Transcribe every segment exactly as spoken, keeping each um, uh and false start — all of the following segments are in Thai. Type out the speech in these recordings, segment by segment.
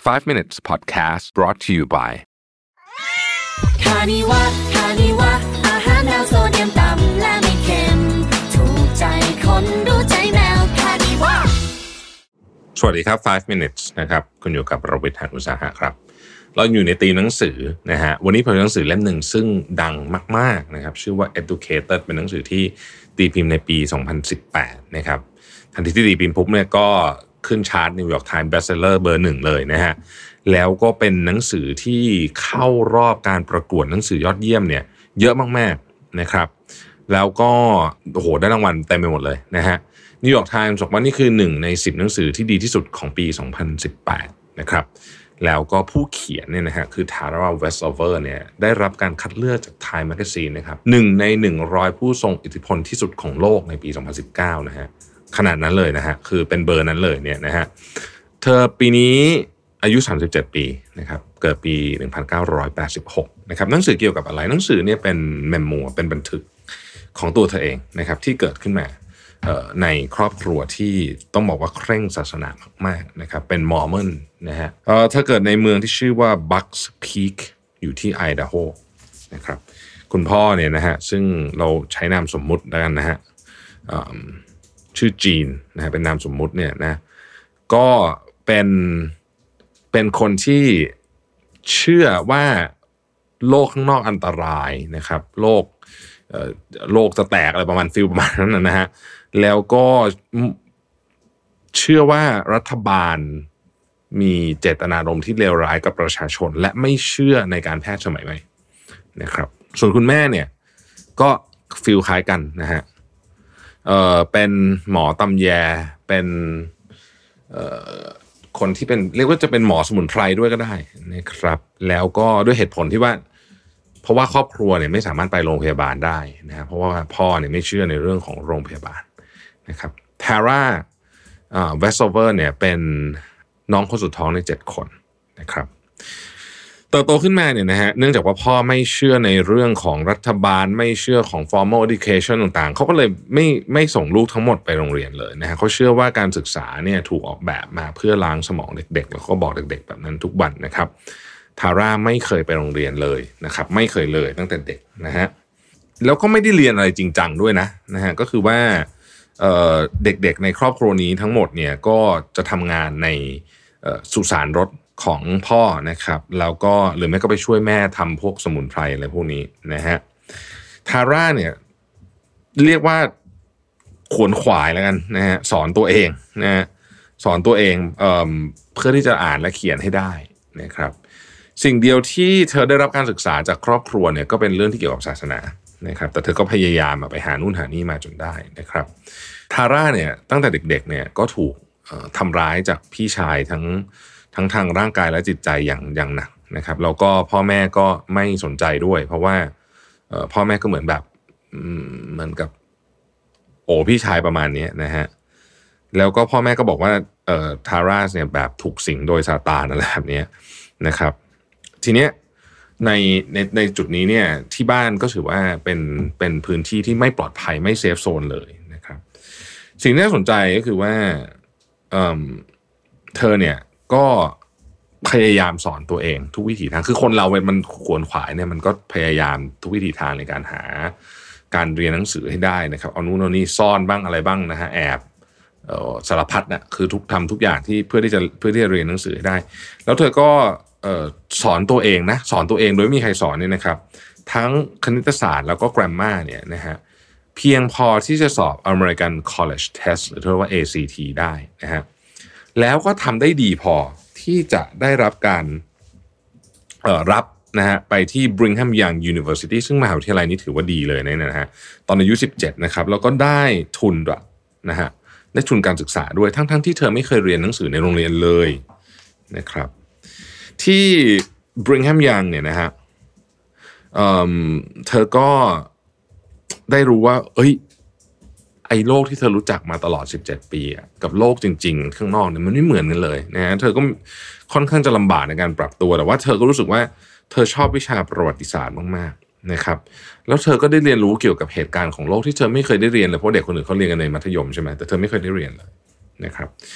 five minutes podcast brought to you by คานิวะคานิวะอาหารแนวโซเดียมต่ำและไม่เค็มถูกใจคนรู้ใจแมวคานิวะสวัสดีครับfive minutes นะครับคุณอยู่กับรวิทย์ หาญอุตสาหะครับเราอยู่ในธีมหนังสือนะฮะวันนี้ผมมีหนังสือเล่มหนึ่งซึ่งดังมากๆนะครับชื่อว่า Educated เป็นหนังสือที่ตีพิมพ์ในปีสองพันสิบแปดนะครับทันทีที่ตีพิมพ์ปุ๊บเนี่ยก็ขึ้นชาร์ต New York Times Bestseller เบอร์หนึ่งเลยนะฮะแล้วก็เป็นหนังสือที่เข้ารอบการประกวดหนังสือยอดเยี่ยมเนี่ยเยอะมากๆนะครับแล้วก็โอ้โหได้รางวัลเต็มไปหมดเลยนะฮะ New York Times บอกว่านี่คือหนึ่งในสิบหนังสือที่ดีที่สุดของปีสองพันสิบแปดนะครับแล้วก็ผู้เขียนเนี่ยนะฮะคือ Tara Westover เนี่ยได้รับการคัดเลือกจาก Time Magazine นะครับหนึ่งในหนึ่งร้อยผู้ทรงอิทธิพลที่สุดของโลกในปีสองพันสิบเก้านะฮะขนาดนั้นเลยนะฮะคือเป็นเบอร์นั้นเลยเนี่ยนะฮะเธอปีนี้อายุสามสิบเจ็ดปีนะครับเกิดปีหนึ่งพันเก้าร้อยแปดสิบหกนะครับหนังสือเกี่ยวกับอะไรหนังสือเนี่ยเป็นเมมโมเป็นบันทึกของตัวเธอเองนะครับที่เกิดขึ้นมาในครอบครัวที่ต้องบอกว่าเคร่งศาสนามากๆนะครับเป็นมอร์มอนนะฮะเอ่อเธอเกิดในเมืองที่ชื่อว่า Bucks Peak อยู่ที่ไอดาโฮนะครับคุณพ่อเนี่ยนะฮะซึ่งเราใช้นามสมมุติแล้วกันนะฮะชื่อจีนนะฮะเป็นนามสมมุติเนี่ยนะก็เป็นเป็นคนที่เชื่อว่าโลกข้างนอกอันตรายนะครับโลกเอ่อโลกจะแตกอะไรประมาณฟิลประมาณนั้นนะฮะแล้วก็เชื่อว่ารัฐบาลมีเจตนารมณ์ที่เลวร้ายกับประชาชนและไม่เชื่อในการแพทย์สมัยใหม่นะครับส่วนคุณแม่เนี่ยก็ฟิลคล้ายกันนะฮะเอ่อเป็นหมอตำแยเป็นเอ่อคนที่เป็นเรียกว่าจะเป็นหมอสมุนไพรด้วยก็ได้นะครับแล้วก็ด้วยเหตุผลที่ว่าเพราะว่าครอบครัวเนี่ยไม่สามารถไปโรงพยาบาลได้นะเพราะว่าพ่อเนี่ยไม่เชื่อในเรื่องของโรงพยาบาลนะครับทาร่าอ่าเวสโอเวอร์เนี่ยเป็นน้องคนสุดท้องในเจ็ดคนนะครับเติบโตขึ้นมาเนี่ยนะฮะเนื่องจากว่าพ่อไม่เชื่อในเรื่องของรัฐบาลไม่เชื่อของ formal education ต่างๆเขาก็เลยไม่ไม่ส่งลูกทั้งหมดไปโรงเรียนเลยนะฮะเขาเชื่อว่าการศึกษาเนี่ยถูกออกแบบมาเพื่อล้างสมองเด็กๆแล้วก็บอกเด็กๆแบบนั้นทุกวันนะครับทาร่าไม่เคยไปโรงเรียนเลยนะครับไม่เคยเลยตั้งแต่เด็กนะฮะแล้วก็ไม่ได้เรียนอะไรจริงจังด้วยนะนะฮะก็คือว่าเอ่อเด็กๆในครอบครัวนี้ทั้งหมดเนี่ยก็จะทำงานในเอ่อสุสานรถของพ่อนะครับแล้วก็หรือไม่ก็ไปช่วยแม่ทำพวกสมุนไพรอะไรพวกนี้นะฮะทาร่าเนี่ยเรียกว่าขวนขวายแล้วกันนะฮะสอนตัวเองนะฮะสอนตัวเองเอ่อเพื่อที่จะอ่านและเขียนให้ได้นะครับสิ่งเดียวที่เธอได้รับการศึกษาจากครอบครัวเนี่ยก็เป็นเรื่องที่เกี่ยวกับศาสนานะครับแต่เธอก็พยายามไปหานู่นหานี่มาจนได้นะครับทาร่าเนี่ยตั้งแต่เด็กๆเนี่ยก็ถูกทำร้ายจากพี่ชายทั้งทั้งทางร่างกายและจิตใจอย่างอย่างหนักนะครับแล้วก็พ่อแม่ก็ไม่สนใจด้วยเพราะว่าพ่อแม่ก็เหมือนแบบเหมือนกับโอ้พี่ชายประมาณนี้นะฮะแล้วก็พ่อแม่ก็บอกว่าเอ่อทาร่าเนี่ยแบบถูกสิงโดยซาตานอะไรแบบนี้นะครับทีเนี้ยในในในจุดนี้เนี่ยที่บ้านก็ถือว่าเป็นเป็นพื้นที่ที่ไม่ปลอดภัยไม่เซฟโซนเลยนะครับสิ่งที่น่าสนใจก็คือว่าเอ่อเธอเนี่ยก็พยายามสอนตัวเองทุกวิถีทางคือคนเรามันขวนขวายเนี่ยมันก็พยายามทุกวิถีทางในการหาการเรียนหนังสือให้ได้นะครับเอานู่นเอานี่ซ่อนบ้างอะไรบ้างนะฮะแอบเอ่อสารพัดนะคือทุกทำทุกอย่างที่เพื่อที่จะเพื่อที่จะเรียนหนังสือให้ได้แล้วเธอก็เอ่อสอนตัวเองนะสอนตัวเองโดยไม่มีใครสอนเนี่ยนะครับทั้งคณิตศาสตร์แล้วก็ grammar เนี่ยนะฮะเพียงพอที่จะสอบ American College Test หรือที่เรียกว่า เอ ซี ที ได้นะฮะแล้วก็ทำได้ดีพอที่จะได้รับการเอ่อรับนะฮะไปที่ Brigham Young University ซึ่งมหาวิทยาลัยนี้ถือว่าดีเลยนะฮะตอนอายุสิบเจ็ดนะครับแล้วก็ได้ทุนด้วยนะฮะได้ทุนการศึกษาด้วยทั้งๆที่เธอไม่เคยเรียนหนังสือในโรงเรียนเลยนะครับที่ Brigham Young เนี่ยนะฮะเอ่อเธอก็ได้รู้ว่าเอ้ยไอ้โลกที่เธอรู้จักมาตลอดสิบเจ็ดปีอ่ะกับโลกจริงๆข้างนอกเนี่ยมันไม่เหมือนกันเลยนะฮะเธอก็ค่อนข้างจะลำบากในการปรับตัวแต่ว่าเธอก็รู้สึกว่าเธอชอบวิชาประวัติศาสตร์มากๆนะครับแล้วเธอก็ได้เรียนรู้เกี่ยวกับเหตุการณ์ของโลกที่เธอไม่เคยได้เรียนเลยเพราะเด็กคนอื่นเขาเรียนกันในมัธยมใช่ไหมแต่เธอไม่เคยได้เรียนเลยนะครับ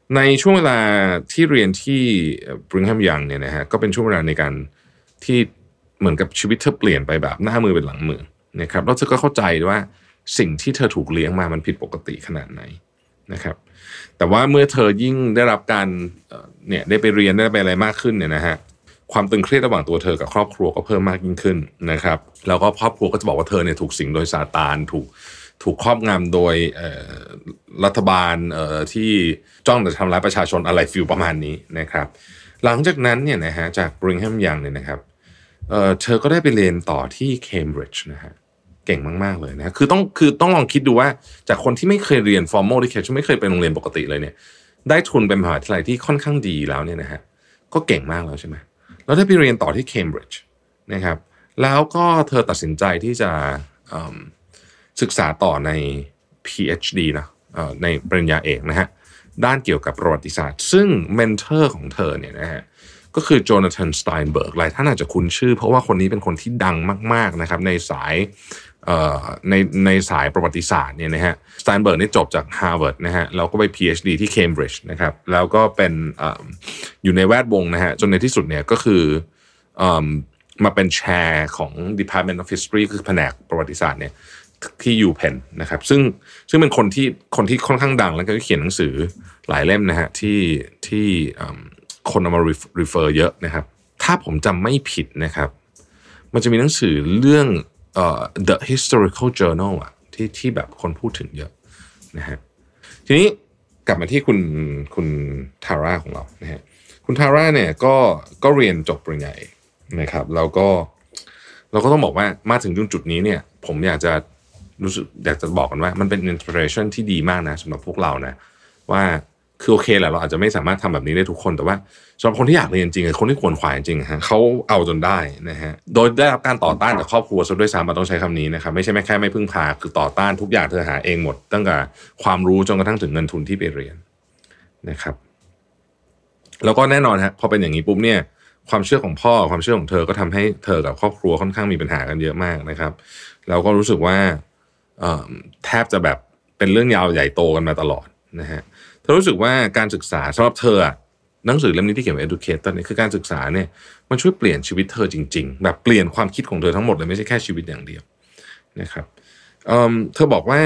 ในช่วงเวลาที่เรียนที่ Brigham Young เนี่ยนะฮะก็เป็นช่วงเวลาในการที่เหมือนกับชีวิตเธอเปลี่ยนไปแบบหน้ามือเป็นหลังมือนะครับแล้วเธอก็เข้าใจว่าสิ่งที่เธอถูกเลี้ยงมามันผิดปกติขนาดไหนนะครับแต่ว่าเมื่อเธอยิ่งได้รับการเนี่ยได้ไปเรียนได้ไปอะไรมากขึ้นเนี่ยนะฮะความตึงเครียดระหว่างตัวเธอกับครอบครัวก็เพิ่มมากยิ่งขึ้นนะครับแล้วก็ครอบครัวก็จะบอกว่าเธอเนี่ยถูกสิงโดยซาตานถูกถูกครอบงำโดยรัฐบาลที่จ้องจะทำร้ายประชาชนอะไรฟิลประมาณนี้นะครับหลังจากนั้นเนี่ยนะฮะจาก Brigham Young เนี่ยนะครับเอ่อเธอก็ได้ไปเรียนต่อที่ Cambridge นะฮะเก่งมากๆเลยนะคือต้องคือต้องลองคิดดูว่าจากคนที่ไม่เคยเรียน formal education ไม่เคยไปโรงเรียนปกติเลยเนี่ยได้ทุนไปมหาวิทยาลัยที่ค่อนข้างดีแล้วเนี่ยนะฮะก็เก่งมากแล้วใช่ไหมแล้วได้ไปเรียนต่อที่ Cambridge นะครับแล้วก็เธอตัดสินใจที่จะศึกษาต่อใน พี เอช ดี นะในปริญญาเอกนะฮะด้านเกี่ยวกับประวัติศาสตร์ซึ่งเมนเทอร์ของเธอเนี่ยนะฮะก็คือโจนาธาน สไตน์เบิร์กหลายท่านอาจจะคุ้นชื่อเพราะว่าคนนี้เป็นคนที่ดังมากๆนะครับในสายในในสายประวัติศาสตร์เนี่ยนะฮะสไตน์เบิร์กนี่จบจาก Harvard นะฮะแล้วก็ไป พี เอช ดี ที่ Cambridge นะครับแล้วก็เป็น อ, อยู่ในแวดวงนะฮะจนในที่สุดเนี่ยก็คือมาเป็นแชร์ของ Department of History คือแผนกประวัติศาสตร์เนี่ยที่ยูเพนนะครับซึ่งซึ่งเป็นคนที่คนที่ค่อนข้างดังแล้วก็เขียนหนังสือหลายเล่มนะฮะที่ที่คนเอามา refer เยอะนะครับถ้าผมจำไม่ผิดนะครับมันจะมีหนังสือเรื่องเอ่อ The Historical Journal อ่ะที่ที่แบบคนพูดถึงเยอะนะฮะทีนี้กลับมาที่คุณคุณทาร่าของเรานะฮะคุณทาร่าเนี่ยก็ก็เรียนจบปริญญาเอกนะครับแล้วก็เราก็ต้องบอกว่ามาถึงจุดนี้เนี่ยผมอยากจะรู้สึกอยากจะบอกกันว่ามันเป็น inspiration ที่ดีมากนะสำหรับพวกเรานะว่าคือโอเคแหละเราอาจจะไม่สามารถทำแบบนี้ได้ทุกคนแต่ว่าสำหรับคนที่อยากเรียนจริงคนที่ควรขวายจริงฮะเขาเอาจนได้นะฮะโดยได้รับการต่อต้านจากครอบครัวซะด้วยซ้ำมาต้องใช้คำนี้นะครับไม่ใช่แม่แค่ไม่พึ่งพาคือต่อต้านทุกอย่างเธอหาเองหมดตั้งแต่ความรู้จนกระทั่งถึงเงินทุนที่ไปเรียนนะครับแล้วก็แน่นอนฮะพอเป็นอย่างนี้ปุ๊บเนี่ยความเชื่อของพ่อความเชื่อของเธอก็ทำให้เธอกับครอบครัวค่อนข้างมีปัญหากันเยอะมากนะครับแล้วก็รู้สึกว่าแทบจะแบบเป็นเรื่องยาวใหญ่โตกันมาตลอดนะฮะเธอรู้สึกว่าการศึกษาสำหรับเธอหนังสือเล่มนี้ที่เขียนว่า Educator เนี่ยคือการศึกษาเนี่ยมันช่วยเปลี่ยนชีวิตเธอจริงๆแบบเปลี่ยนความคิดของเธอทั้งหมดเลยไม่ใช่แค่ชีวิตอย่างเดียวนะครับเอ่อเธอบอกว่า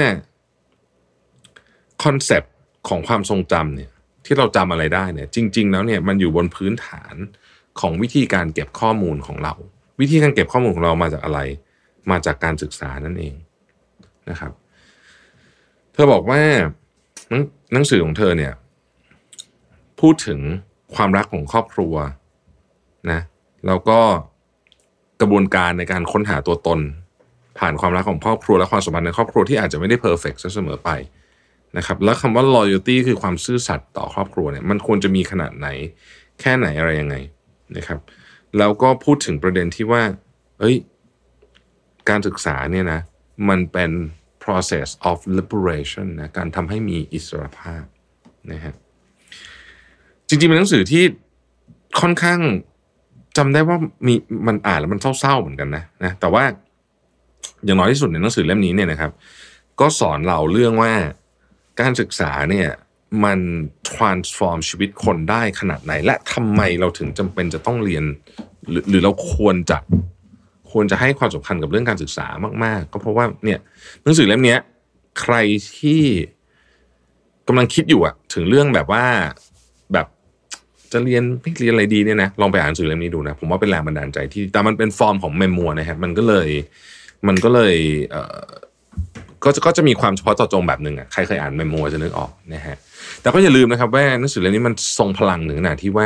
คอนเซปต์ของความทรงจำเนี่ยที่เราจำอะไรได้เนี่ยจริงๆแล้วเนี่ยมันอยู่บนพื้นฐานของวิธีการเก็บข้อมูลของเราวิธีการเก็บข้อมูลของเรามาจากอะไรมาจากการศึกษานั่นเองนะครับเธอบอกว่าหนังสือของเธอเนี่ยพูดถึงความรักของครอบครัวนะแล้วก็กระบวนการในการค้นหาตัวตนผ่านความรักของครอบครัวและความสัมพันธ์ในครอบครัวที่อาจจะไม่ได้เพอร์เฟกต์เสมอไปนะครับแล้วคำว่า loyalty คือความซื่อสัตย์ต่อครอบครัวเนี่ยมันควรจะมีขนาดไหนแค่ไหนอะไรยังไงนะครับแล้วก็พูดถึงประเด็นที่ว่าเอ้ยการศึกษาเนี่ยนะมันเป็น process of liberation นะการทำให้มีอิสรภาพนะฮะจริงๆเป็นหนังสือที่ค่อนข้างจำได้ว่ามีมันอ่านแล้วมันเศร้าๆเหมือนกันนะนะแต่ว่าอย่างน้อยที่สุดในหนังสือเล่มนี้เนี่ยนะครับก็สอนเราเรื่องว่าการศึกษาเนี่ยมัน transform ชีวิตคนได้ขนาดไหนและทำไมเราถึงจำเป็นจะต้องเรียนหรือหรือเราควรจะควรจะให้ความสำคัญกับเรื่องการศึกษามากๆก็เพราะว่าเนี่ยหนังสือเล่มนี้ใครที่กำลังคิดอยู่อะถึงเรื่องแบบว่าแบบจะเรียนไม่เรียนอะไรดีเนี่ยนะลองไปอ่านหนังสือเล่มนี้ดูนะผมว่าเป็นแรงบันดาลใจที่แต่มันเป็นฟอร์มของเมมัวนะครับมันก็เลยมันก็เลยเอ่อก็จะก็จะมีความเฉพาะเจาะจงแบบนึงอ่ะใครเคยอ่านเมมัวจะนึกออกนะฮะแต่ก็อย่าลืมนะครับว่าหนังสือเล่มนี้มันทรงพลังถึงขนาดที่ว่า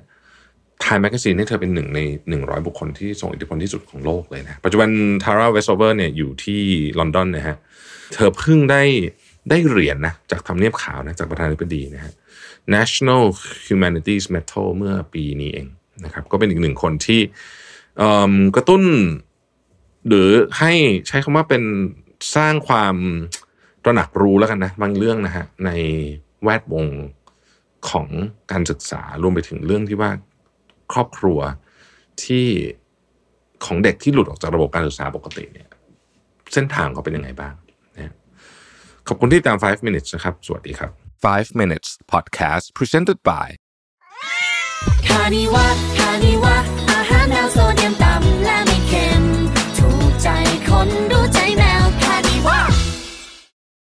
Time Magazine ให้เธอเป็นหนึ่งในหนึ่งร้อยบุคคลที่ทรงอิทธิพลที่สุดของโลกเลยนะปัจจุบัน Tara Westover เนี่ยอยู่ที่ลอนดอนนะฮะเธอเพิ่งได้ได้เหรียญนะจากทำเนียบขาวนะจากประธานาธิบดีนะฮะ National Humanities Medal เมื่อปีนี้เองนะครับก็เป็นอีกหนึ่งคนที่กระตุ้นหรือให้ใช้คำว่าเป็นสร้างความตระหนักรู้แล้วกันนะบางเรื่องนะฮะในแวดวงของการศึกษารวมไปถึงเรื่องที่ว่าครอบครัวที่ของเด็กที่หลุดออกจากระบบการศึกษาปกติเนี่ยเส้นทางเขาเป็นยังไงบ้างนะขอบคุณที่ตามไฟว์ minutes นะครับสวัสดีครับ five minutes podcast presented by คานิวะ